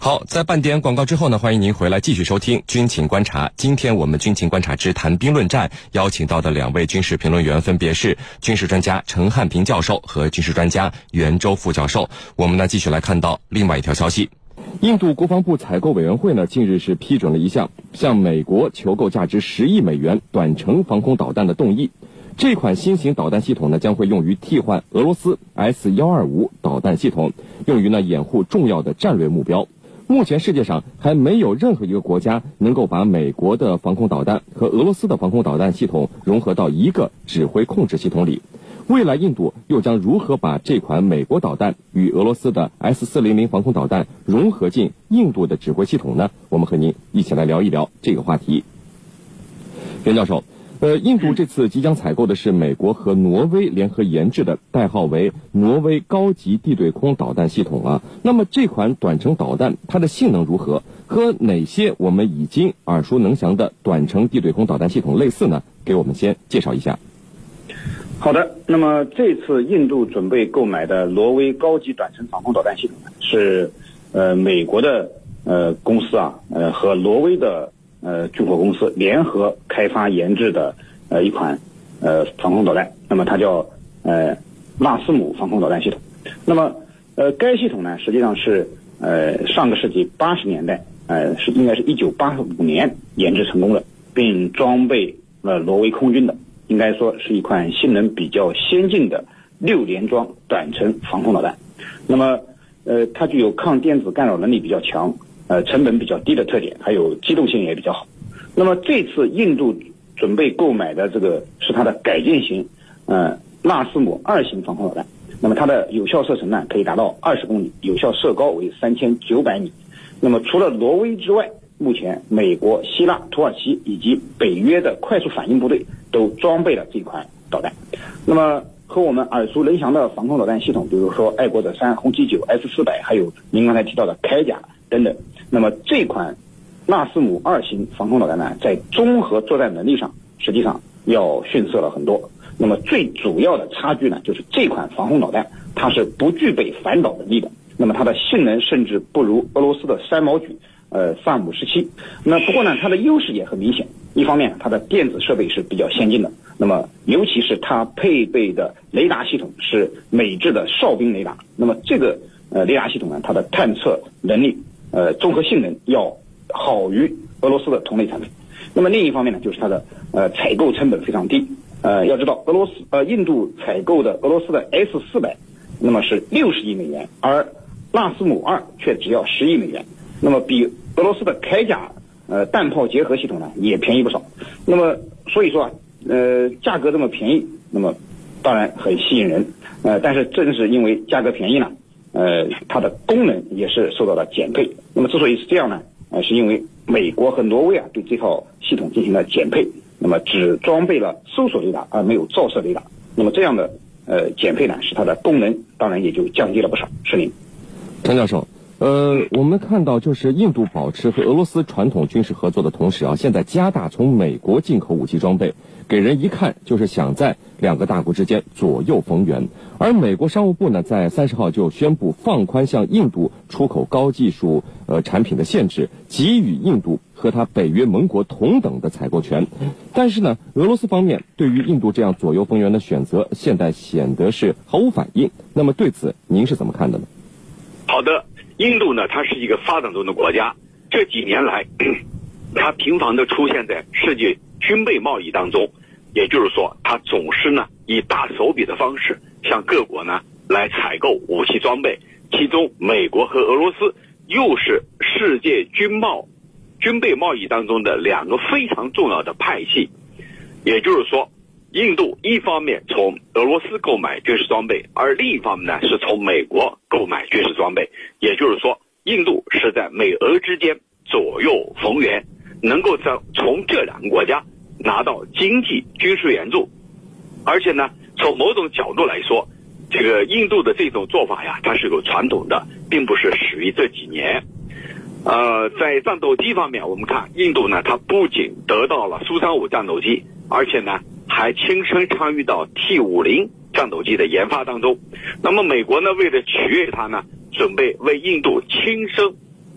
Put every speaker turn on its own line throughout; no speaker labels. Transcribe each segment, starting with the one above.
好，在半点广告之后呢，欢迎您回来继续收听军情观察。今天我们军情观察之谈兵论战邀请到的两位军事评论员分别是军事专家陈汉平教授和军事专家袁周副教授。我们呢继续来看到另外一条消息。印度国防部采购委员会呢近日是批准了一项向美国求购价值10亿美元短程防空导弹的动议。这款新型导弹系统呢将会用于替换俄罗斯 S-125 导弹系统，用于掩护重要的战略目标。目前世界上还没有任何一个国家能够把美国的防空导弹和俄罗斯的防空导弹系统融合到一个指挥控制系统里。未来印度又将如何把这款美国导弹与俄罗斯的 S-400 防空导弹融合进印度的指挥系统呢？我们和您一起来聊一聊这个话题。袁教授，印度这次即将采购的是美国和挪威联合研制的代号为挪威高级地对空导弹系统啊。那么这款短程导弹它的性能如何？和哪些我们已经耳熟能详的短程地对空导弹系统类似呢？给我们先介绍一下。
好的，那么这次印度准备购买的挪威高级短程防空导弹系统是美国的公司和挪威的军火公司联合开发研制的一款防空导弹，那么它叫纳斯姆防空导弹系统。那么该系统呢实际上是上个世纪80年代应该是1985年研制成功的，并装备了挪威空军的，应该说是一款性能比较先进的6联装短程防空导弹。那么它具有抗电子干扰能力比较强，成本比较低的特点，还有机动性也比较好。那么这次印度准备购买的这个是它的改进型纳斯姆2型防空导弹。那么它的有效射程呢可以达到20公里，有效射高为3900米。那么除了挪威之外，目前美国、希腊、土耳其以及北约的快速反应部队都装备了这款导弹。那么和我们耳熟能详的防空导弹系统，比如说爱国者3、红旗9、S-400，还有您刚才提到的铠甲等等。那么这款纳斯姆2型防空导弹呢，在综合作战能力上实际上要逊色了很多。那么最主要的差距呢，就是这款防空导弹它是不具备反导能力的，那么它的性能甚至不如俄罗斯的山毛榉萨姆17。那不过呢，它的优势也很明显。一方面它的电子设备是比较先进的，那么尤其是它配备的雷达系统是美制的哨兵雷达。那么这个雷达系统呢，它的探测能力综合性能要好于俄罗斯的同类产品。那么另一方面呢，就是它的采购成本非常低。要知道印度采购的俄罗斯的 S-400那么是60亿美元，而纳斯姆2却只要10亿美元。那么比俄罗斯的铠甲弹炮结合系统呢也便宜不少。那么所以说价格这么便宜，那么当然很吸引人。但是正是因为价格便宜呢，它的功能也是受到了减配。那么之所以是这样呢，是因为美国和挪威对这套系统进行了减配，那么只装备了搜索雷达而没有照射雷达。那么这样的减配呢，使它的功能当然也就降低了不少。是您，
陈教授。我们看到就是印度保持和俄罗斯传统军事合作的同时现在加大从美国进口武器装备，给人一看就是想在两个大国之间左右逢源。而美国商务部呢，在30号就宣布放宽向印度出口高技术产品的限制，给予印度和它北约盟国同等的采购权。但是呢，俄罗斯方面对于印度这样左右逢源的选择，现在显得是毫无反应。那么对此您是怎么看的呢？
好的，印度呢，它是一个发展中的国家，这几年来它频繁地出现在世界军备贸易当中，也就是说它总是呢以大手笔的方式向各国呢来采购武器装备，其中美国和俄罗斯又是世界军备贸易当中的两个非常重要的派系。也就是说印度一方面从俄罗斯购买军事装备，而另一方面呢是从美国购买军事装备。也就是说印度是在美俄之间左右逢源，能够从这两个国家拿到经济军事援助。而且呢，从某种角度来说，这个印度的这种做法呀，它是有传统的，并不是始于这几年。在战斗机方面，我们看印度呢，它不仅得到了苏35战斗机，而且呢还亲身参与到 T-50战斗机的研发当中。那么美国呢，为了取悦它呢，准备为印度亲身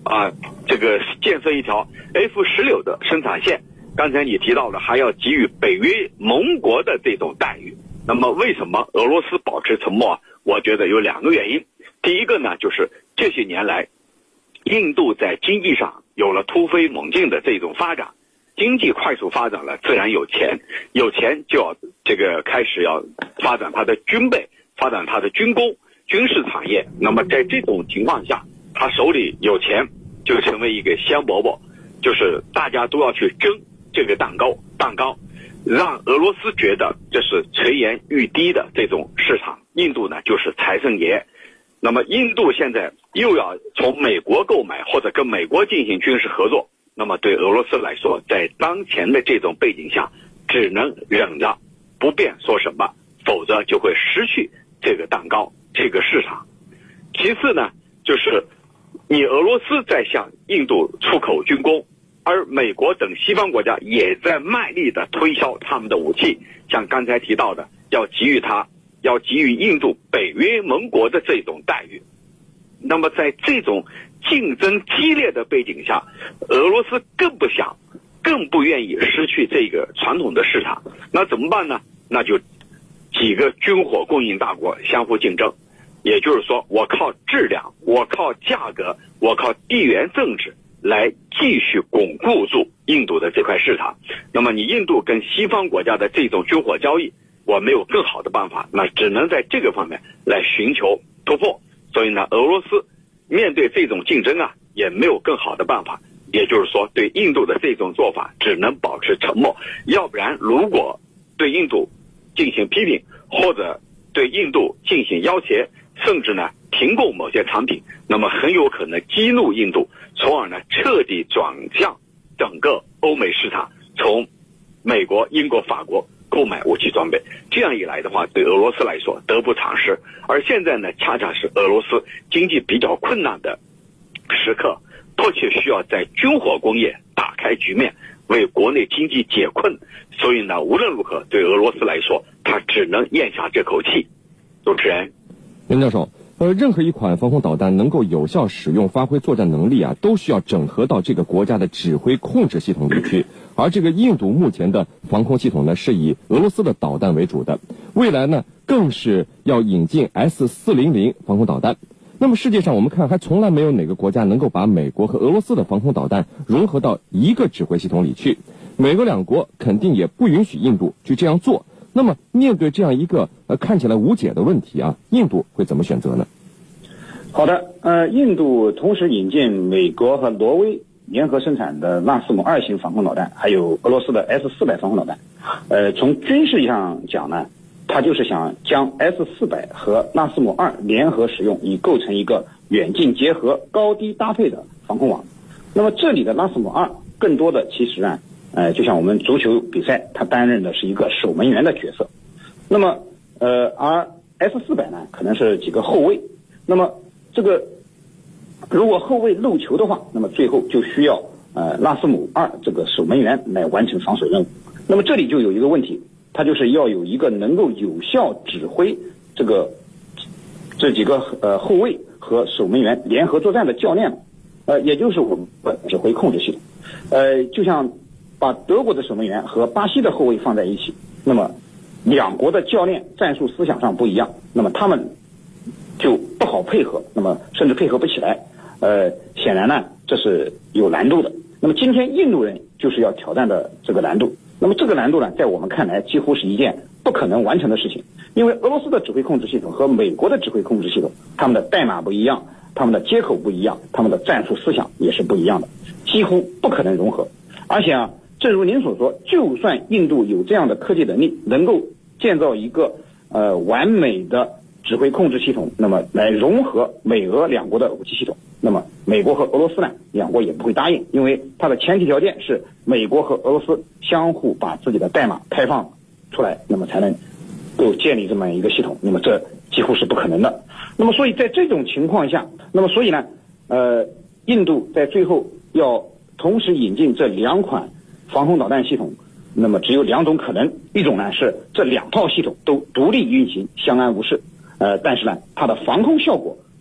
这个建设一条 F-16的生产线。刚才你提到了还要给予北约盟国的这种待遇，那么为什么俄罗斯保持沉默？我觉得有2个原因。第一个呢，就是这些年来印度在经济上有了突飞猛进的这种发展，经济快速发展了，自然有钱，有钱就要这个开始要发展它的军备，发展它的军工、军事产业。那么在这种情况下，他手里有钱，就成为一个香饽饽，就是大家都要去争这个蛋糕，让俄罗斯觉得这是垂涎欲滴的这种市场。印度呢就是财神爷。那么印度现在又要从美国购买或者跟美国进行军事合作，那么对俄罗斯来说，在当前的这种背景下，只能忍着不便说什么，否则就会失去这个蛋糕，这个市场。其次呢，就是你俄罗斯在向印度出口军工，而美国等西方国家也在卖力的推销他们的武器，像刚才提到的要给予印度北约盟国的这种待遇。那么在这种竞争激烈的背景下，俄罗斯更不愿意失去这个传统的市场。那怎么办呢？那就几个军火供应大国相互竞争，也就是说我靠质量，我靠价格，我靠地缘政治来继续巩固住印度的这块市场。那么你印度跟西方国家的这种军火交易，我没有更好的办法，那只能在这个方面来寻求突破。所以呢，俄罗斯面对这种竞争也没有更好的办法，也就是说对印度的这种做法只能保持沉默。要不然如果对印度进行批评，或者对印度进行要挟，甚至呢停供某些产品，那么很有可能激怒印度，从而呢彻底转向整个欧美市场，从美国、英国、法国购买武器装备。这样一来的话，对俄罗斯来说得不偿失。而现在呢，恰恰是俄罗斯经济比较困难的时刻，迫切需要在军火工业打开局面，为国内经济解困。所以呢，无论如何，对俄罗斯来说，他只能咽下这口气。主持人，
任教授，任何一款防空导弹能够有效使用、发挥作战能力都需要整合到这个国家的指挥控制系统里去。而这个印度目前的防空系统呢，是以俄罗斯的导弹为主的，未来呢更是要引进 S-400防空导弹。那么世界上我们看还从来没有哪个国家能够把美国和俄罗斯的防空导弹融合到一个指挥系统里去，美俄两国肯定也不允许印度去这样做。那么面对这样一个看起来无解的问题印度会怎么选择呢？
好的，印度同时引进美国和挪威联合生产的纳斯姆2型防空导弹，还有俄罗斯的 S-400防空导弹。从军事上讲呢，它就是想将 S-400和纳斯姆2联合使用，以构成一个远近结合、高低搭配的防空网。那么这里的纳斯姆2更多的其实呢，就像我们足球比赛，它担任的是一个守门员的角色。那么而 S-400呢，可能是几个后卫。那么这个如果后卫漏球的话，那么最后就需要纳斯姆2这个守门员来完成防守任务。那么这里就有一个问题，它就是要有一个能够有效指挥这几个后卫和守门员联合作战的教练，也就是我们指挥控制系统。就像把德国的守门员和巴西的后卫放在一起，那么两国的教练战术思想上不一样，那么他们就不好配合，那么甚至配合不起来。显然呢，这是有难度的。那么今天印度人就是要挑战的这个难度。那么这个难度呢，在我们看来几乎是一件不可能完成的事情，因为俄罗斯的指挥控制系统和美国的指挥控制系统，他们的代码不一样，他们的接口不一样，他们的战术思想也是不一样的，几乎不可能融合。而且正如您所说，就算印度有这样的科技能力，能够建造一个完美的指挥控制系统，那么来融合美俄两国的武器系统，那么美国和俄罗斯呢，两国也不会答应，因为它的前提条件是美国和俄罗斯相互把自己的代码开放出来，那么才能够建立这么一个系统，那么这几乎是不可能的。那么所以在这种情况下，那么所以呢，印度在最后要同时引进这两款防空导弹系统，那么只有两种可能，一种呢是这两套系统都独立运行，相安无事，但是呢它的防空效果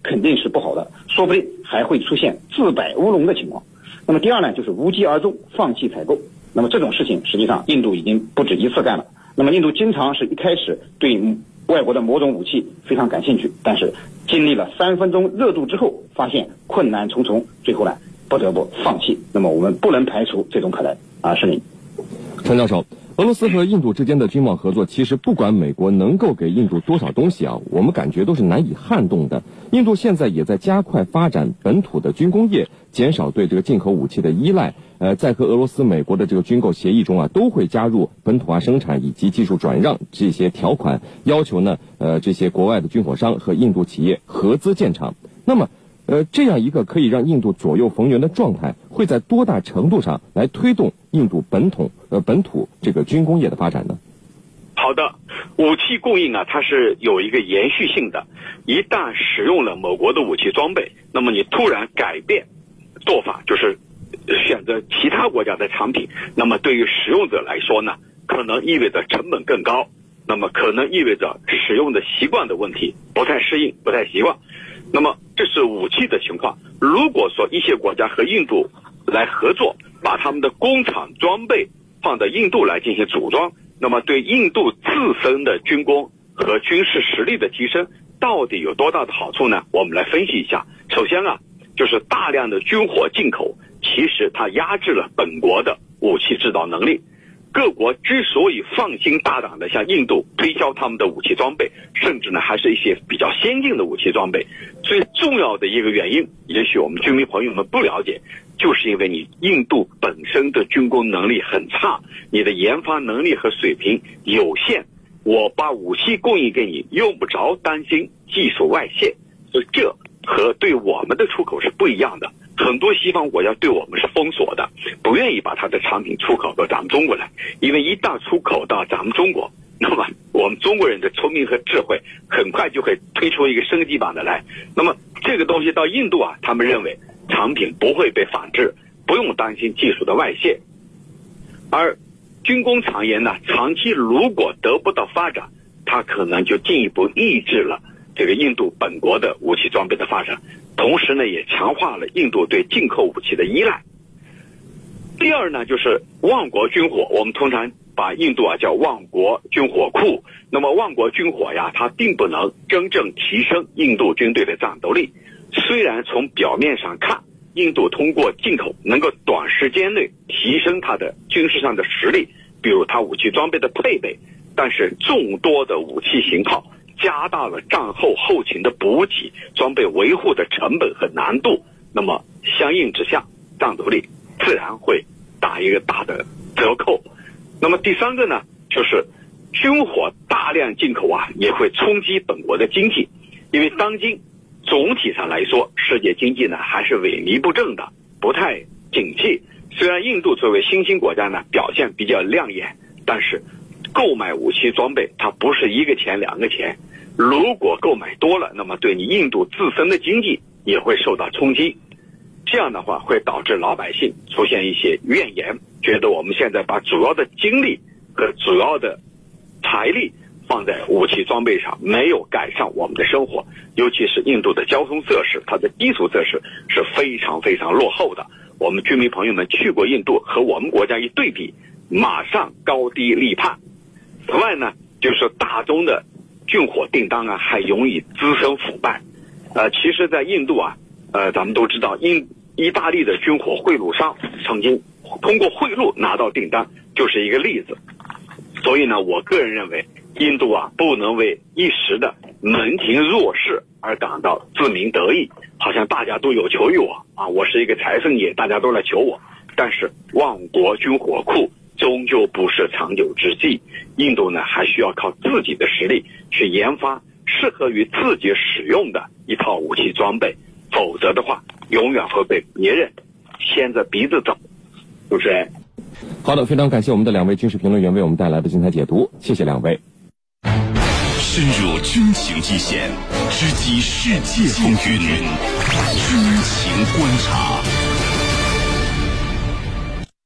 肯定是不好的，说不定还会出现自摆乌龙的情况。那么第二呢，就是无疾而终，放弃采购。那么这种事情实际上印度已经不止一次干了。那么印度经常是一开始对外国的某种武器非常感兴趣，但是经历了3分钟热度之后，发现困难重重，最后呢不得不放弃。那么我们不能排除这种可能啊，是您。
陈教授，俄罗斯和印度之间的军贸合作，其实不管美国能够给印度多少东西啊，我们感觉都是难以撼动的。印度现在也在加快发展本土的军工业，减少对这个进口武器的依赖。在和俄罗斯、美国的这个军购协议中啊，都会加入本土化生产以及技术转让这些条款，要求呢，这些国外的军火商和印度企业合资建厂。那么，这样一个可以让印度左右逢源的状态，会在多大程度上来推动印度本土这个军工业的发展呢？
好的，武器供应啊，它是有一个延续性的。一旦使用了某国的武器装备，那么你突然改变做法，就是选择其他国家的产品，那么对于使用者来说呢，可能意味着成本更高，那么可能意味着使用的习惯的问题，不太适应，不太习惯。那么这是武器的情况。如果说一些国家和印度来合作，把他们的工厂装备放到印度来进行组装，那么对印度自身的军工和军事实力的提升到底有多大的好处呢？我们来分析一下。首先啊，就是大量的军火进口，其实它压制了本国的武器制造能力。各国之所以放心大胆的向印度推销他们的武器装备，甚至呢还是一些比较先进的武器装备，最重要的一个原因，也许我们军迷朋友们不了解，就是因为你印度本身的军工能力很差，你的研发能力和水平有限，我把武器供应给你，用不着担心技术外泄，所以这和对我们的出口是不一样的。很多西方国家对我们是封锁的，不愿意把它的产品出口到咱们中国来，因为一旦出口到咱们中国，那么我们中国人的聪明和智慧很快就会推出一个升级版的来。那么这个东西到印度啊，他们认为产品不会被反制，不用担心技术的外泄。而军工产业呢，长期如果得不到发展，它可能就进一步抑制了这个印度本国的武器装备的发展，同时呢也强化了印度对进口武器的依赖。第二呢，就是万国军火，我们通常把印度啊叫万国军火库。那么万国军火呀，它并不能真正提升印度军队的战斗力。虽然从表面上看，印度通过进口能够短时间内提升它的军事上的实力，比如它武器装备的配备，但是众多的武器型号加大了战后后勤的补给、装备维护的成本和难度，那么相应之下，战斗力自然会打一个大的折扣。那么第三个呢，就是军火大量进口啊，也会冲击本国的经济，因为当今总体上来说，世界经济呢还是萎靡不振的，不太景气。虽然印度作为新兴国家呢表现比较亮眼，但是购买武器装备它不是一个钱两个钱，如果购买多了，那么对你印度自身的经济也会受到冲击。这样的话会导致老百姓出现一些怨言，觉得我们现在把主要的精力和主要的财力放在武器装备上，没有改善我们的生活。尤其是印度的交通设施，它的基础设施是非常非常落后的。我们居民朋友们去过印度，和我们国家一对比，马上高低立判。此外呢，就是大宗的军火订单啊，还容易滋生腐败。其实在印度啊，咱们都知道，意大利的军火贿赂商曾经通过贿赂拿到订单，就是一个例子。所以呢，我个人认为，印度啊不能为一时的门庭若市而感到自鸣得意，好像大家都有求于我啊，我是一个财神爷，大家都来求我。但是万国军火库终究不是长久之计，印度呢还需要靠自己的实力去研发适合于自己使用的一套武器装备，否则的话永远会被别人牵着鼻子走。主持人，
好的，非常感谢我们的两位军事评论员为我们带来的精彩解读，谢谢两位。
深入军情一线，直击世界风云，军情观察。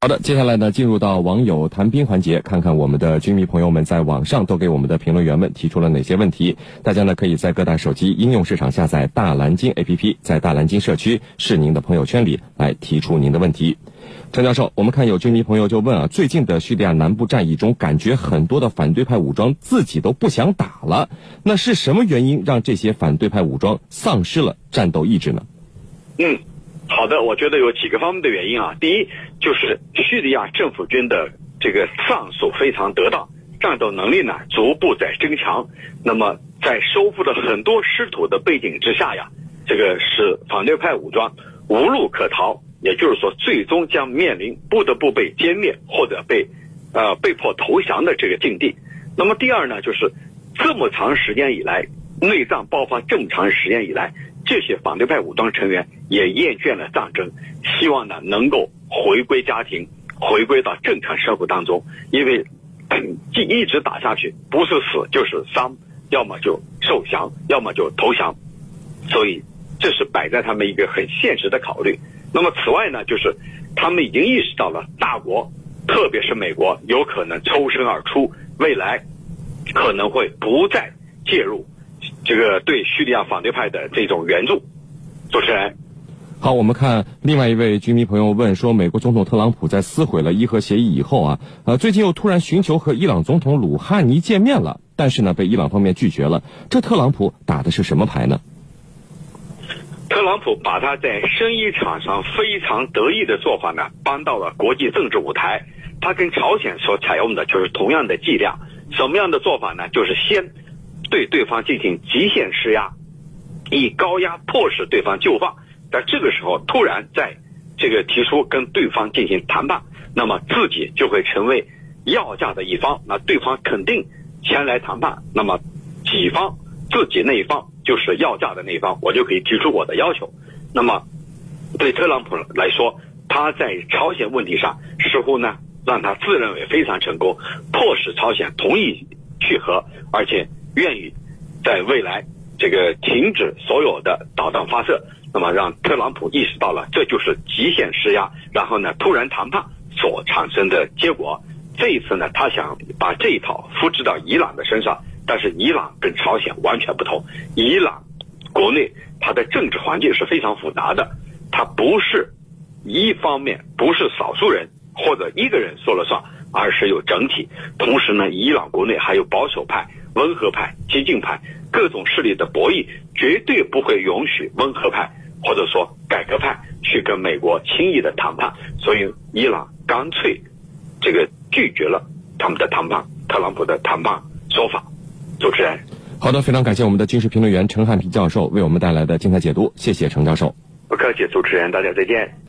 好的，接下来呢，进入到网友谈兵环节，看看我们的军迷朋友们在网上都给我们的评论员们提出了哪些问题。大家呢可以在各大手机应用市场下载大蓝鲸 APP， 在大蓝鲸社区是您的朋友圈里来提出您的问题。陈教授，我们看有军迷朋友就问啊，最近的叙利亚南部战役中，感觉很多的反对派武装自己都不想打了，那是什么原因让这些反对派武装丧失了战斗意志呢？
好的，我觉得有几个方面的原因啊。第一，就是叙利亚政府军的这个上属非常得当，战斗能力呢逐步在增强。那么在收复了很多失土的背景之下呀，这个使反对派武装无路可逃，也就是说最终将面临不得不被歼灭或者被迫投降的这个境地。那么第二呢，就是这么长时间以来，内战爆发这么长时间以来，这些反对派武装成员也厌倦了战争，希望呢能够回归家庭，回归到正常生活当中。因为一直打下去，不是死就是伤，要么就受降，要么就投降，所以这是摆在他们一个很现实的考虑。那么此外呢，就是他们已经意识到了大国，特别是美国有可能抽身而出，未来可能会不再介入这个对叙利亚反对派的这种援助。主持人，
好，我们看另外一位军迷朋友问说，美国总统特朗普在撕毁了伊核协议以后啊，最近又突然寻求和伊朗总统鲁哈尼见面了，但是呢被伊朗方面拒绝了，这特朗普打的是什么牌呢？
特朗普把他在生意场上非常得意的做法呢搬到了国际政治舞台。他跟朝鲜所采用的就是同样的伎俩。什么样的做法呢？就是先对对方进行极限施压，以高压迫使对方就范。在这个时候突然在这个提出跟对方进行谈判，那么自己就会成为要价的一方，那对方肯定前来谈判，那么己方自己那一方就是要价的那一方，我就可以提出我的要求。那么对特朗普来说，他在朝鲜问题上似乎呢让他自认为非常成功，迫使朝鲜同意去核，而且愿意在未来这个停止所有的导弹发射。那么让特朗普意识到了这就是极限施压，然后呢突然谈判所产生的结果。这一次呢他想把这一套复制到伊朗的身上，但是伊朗跟朝鲜完全不同。伊朗国内它的政治环境是非常复杂的，它不是一方面，不是少数人或者一个人说了算，而是有整体。同时呢伊朗国内还有保守派、温和派、激进派各种势力的博弈，绝对不会允许温和派或者说改革派去跟美国轻易的谈判，所以伊朗干脆这个拒绝了他们的谈判，特朗普的谈判说法。主持人，
好的，非常感谢我们的军事评论员陈汉平教授为我们带来的精彩解读，谢谢陈教授。
不客气，主持人，大家再见。